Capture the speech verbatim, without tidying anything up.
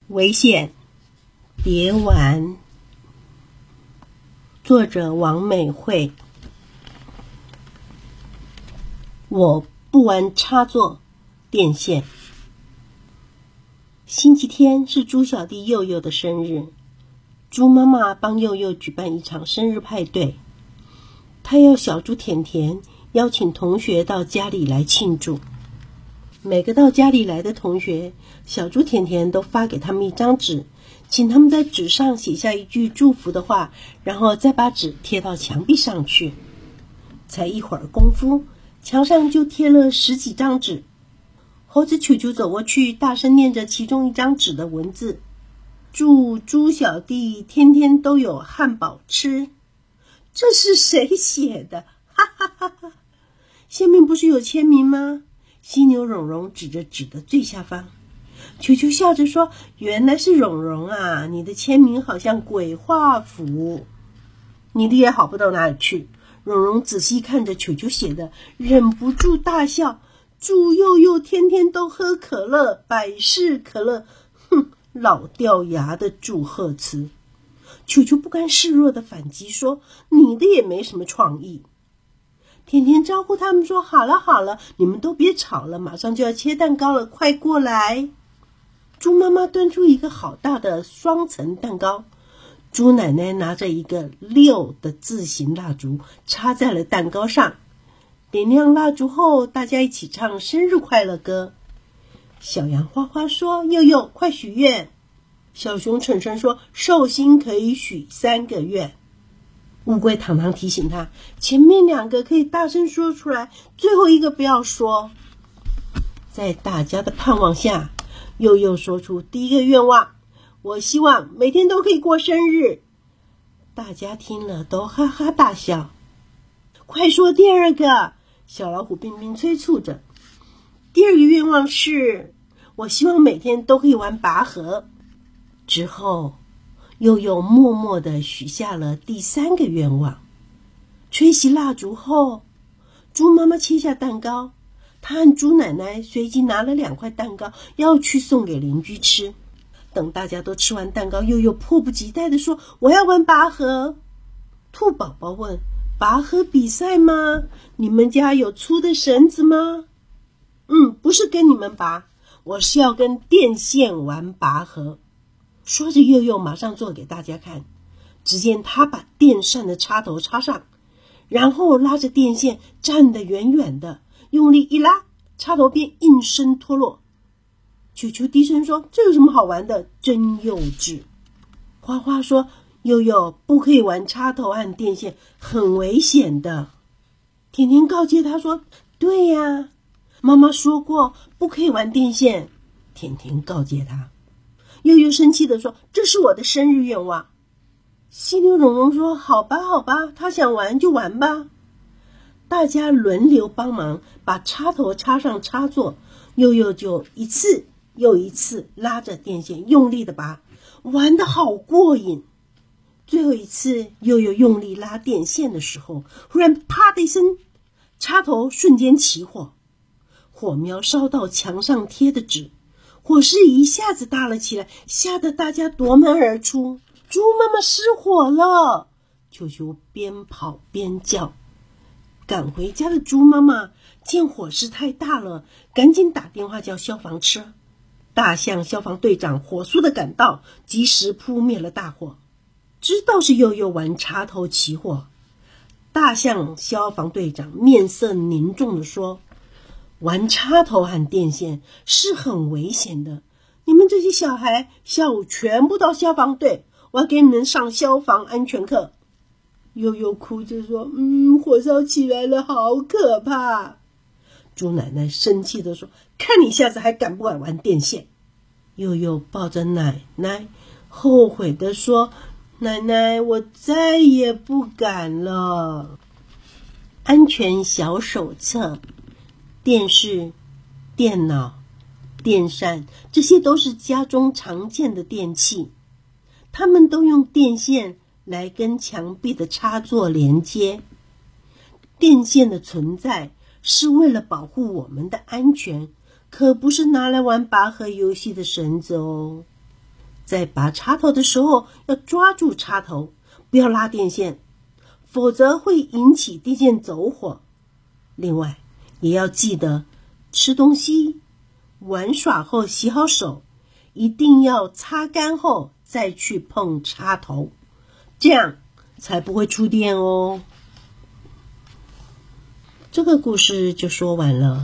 危险，别玩。作者王美惠。我不玩插座电线。星期天是猪小弟佑佑的生日，猪妈妈帮佑佑举办一场生日派对，她要小猪甜甜邀请同学到家里来庆祝。每个到家里来的同学，小猪甜甜都发给他们一张纸，请他们在纸上写下一句祝福的话，然后再把纸贴到墙壁上去。才一会儿功夫，墙上就贴了十几张纸。猴子球球走过去，大声念着其中一张纸的文字：祝猪小弟天天都有汉堡吃。这是谁写的？哈哈哈哈！下面不是有签名吗？犀牛蓉蓉指着纸的最下方。球球笑着说：原来是蓉蓉啊，你的签名好像鬼画符。你的也好不到哪里去。蓉蓉仔细看着球球写的，忍不住大笑。祝佑佑天天都喝可乐，百事可乐。哼，老掉牙的祝贺词。球球不甘示弱的反击说：你的也没什么创意。甜甜招呼他们说：好了好了，你们都别吵了，马上就要切蛋糕了，快过来。猪妈妈端出一个好大的双层蛋糕，猪奶奶拿着一个六的字形蜡烛插在了蛋糕上。点亮蜡烛后，大家一起唱生日快乐歌。小羊花花说：佑佑快许愿。小熊晨晨说：寿星可以许三个愿。乌龟糖糖提醒他，前面两个可以大声说出来，最后一个不要说。在大家的盼望下，佑佑说出第一个愿望：我希望每天都可以过生日。大家听了都哈哈大笑。快说第二个！小老虎冰冰催促着。第二个愿望是：我希望每天都可以玩拔河。之后佑佑默默地许下了第三个愿望。吹熄蜡烛后，猪妈妈切下蛋糕，她和猪奶奶随即拿了两块蛋糕要去送给邻居吃。等大家都吃完蛋糕，佑佑迫不及待地说：我要玩拔河。兔宝宝问：拔河比赛吗？你们家有粗的绳子吗？嗯，不是跟你们拔，我是要跟电线玩拔河。说着，佑佑马上做给大家看。只见他把电扇的插头插上，然后拉着电线站得远远的，用力一拉，插头便应声脱落。球球低声说：这有什么好玩的？真幼稚。花花说：佑佑不可以玩插头和电线，很危险的。甜甜告诫他说：对呀，妈妈说过不可以玩电线。甜甜告诫他。佑佑生气地说：这是我的生日愿望。犀牛蓉蓉说：好吧好吧，他想玩就玩吧。大家轮流帮忙把插头插上插座，佑佑就一次又一次拉着电线用力地拔，玩得好过瘾。最后一次佑佑用力拉电线的时候，忽然啪的一声，插头瞬间起火，火苗烧到墙上贴的纸，火势一下子大了起来，吓得大家夺门而出。猪妈妈失火了！球球边跑边叫。赶回家的猪妈妈见火势太大了，赶紧打电话叫消防车。大象消防队长火速的赶到，及时扑灭了大火。知道是佑佑玩插头起火，大象消防队长面色凝重地说：玩插头和电线是很危险的，你们这些小孩下午全部到消防队，我要给你们上消防安全课。佑佑哭着说：嗯，火烧起来了，好可怕。猪奶奶生气地说：看你下次还敢不敢玩电线。佑佑抱着奶奶后悔地说：奶奶，我再也不敢了。安全小手册。电视、电脑、电扇，这些都是家中常见的电器，它们都用电线来跟墙壁的插座连接。电线的存在是为了保护我们的安全，可不是拿来玩拔河游戏的绳子哦。 在拔插头的时候要抓住插头，不要拉电线，否则会引起电线走火。另外，也要记得吃东西、玩耍后洗好手，一定要擦干后再去碰插头，这样才不会触电哦。这个故事就说完了。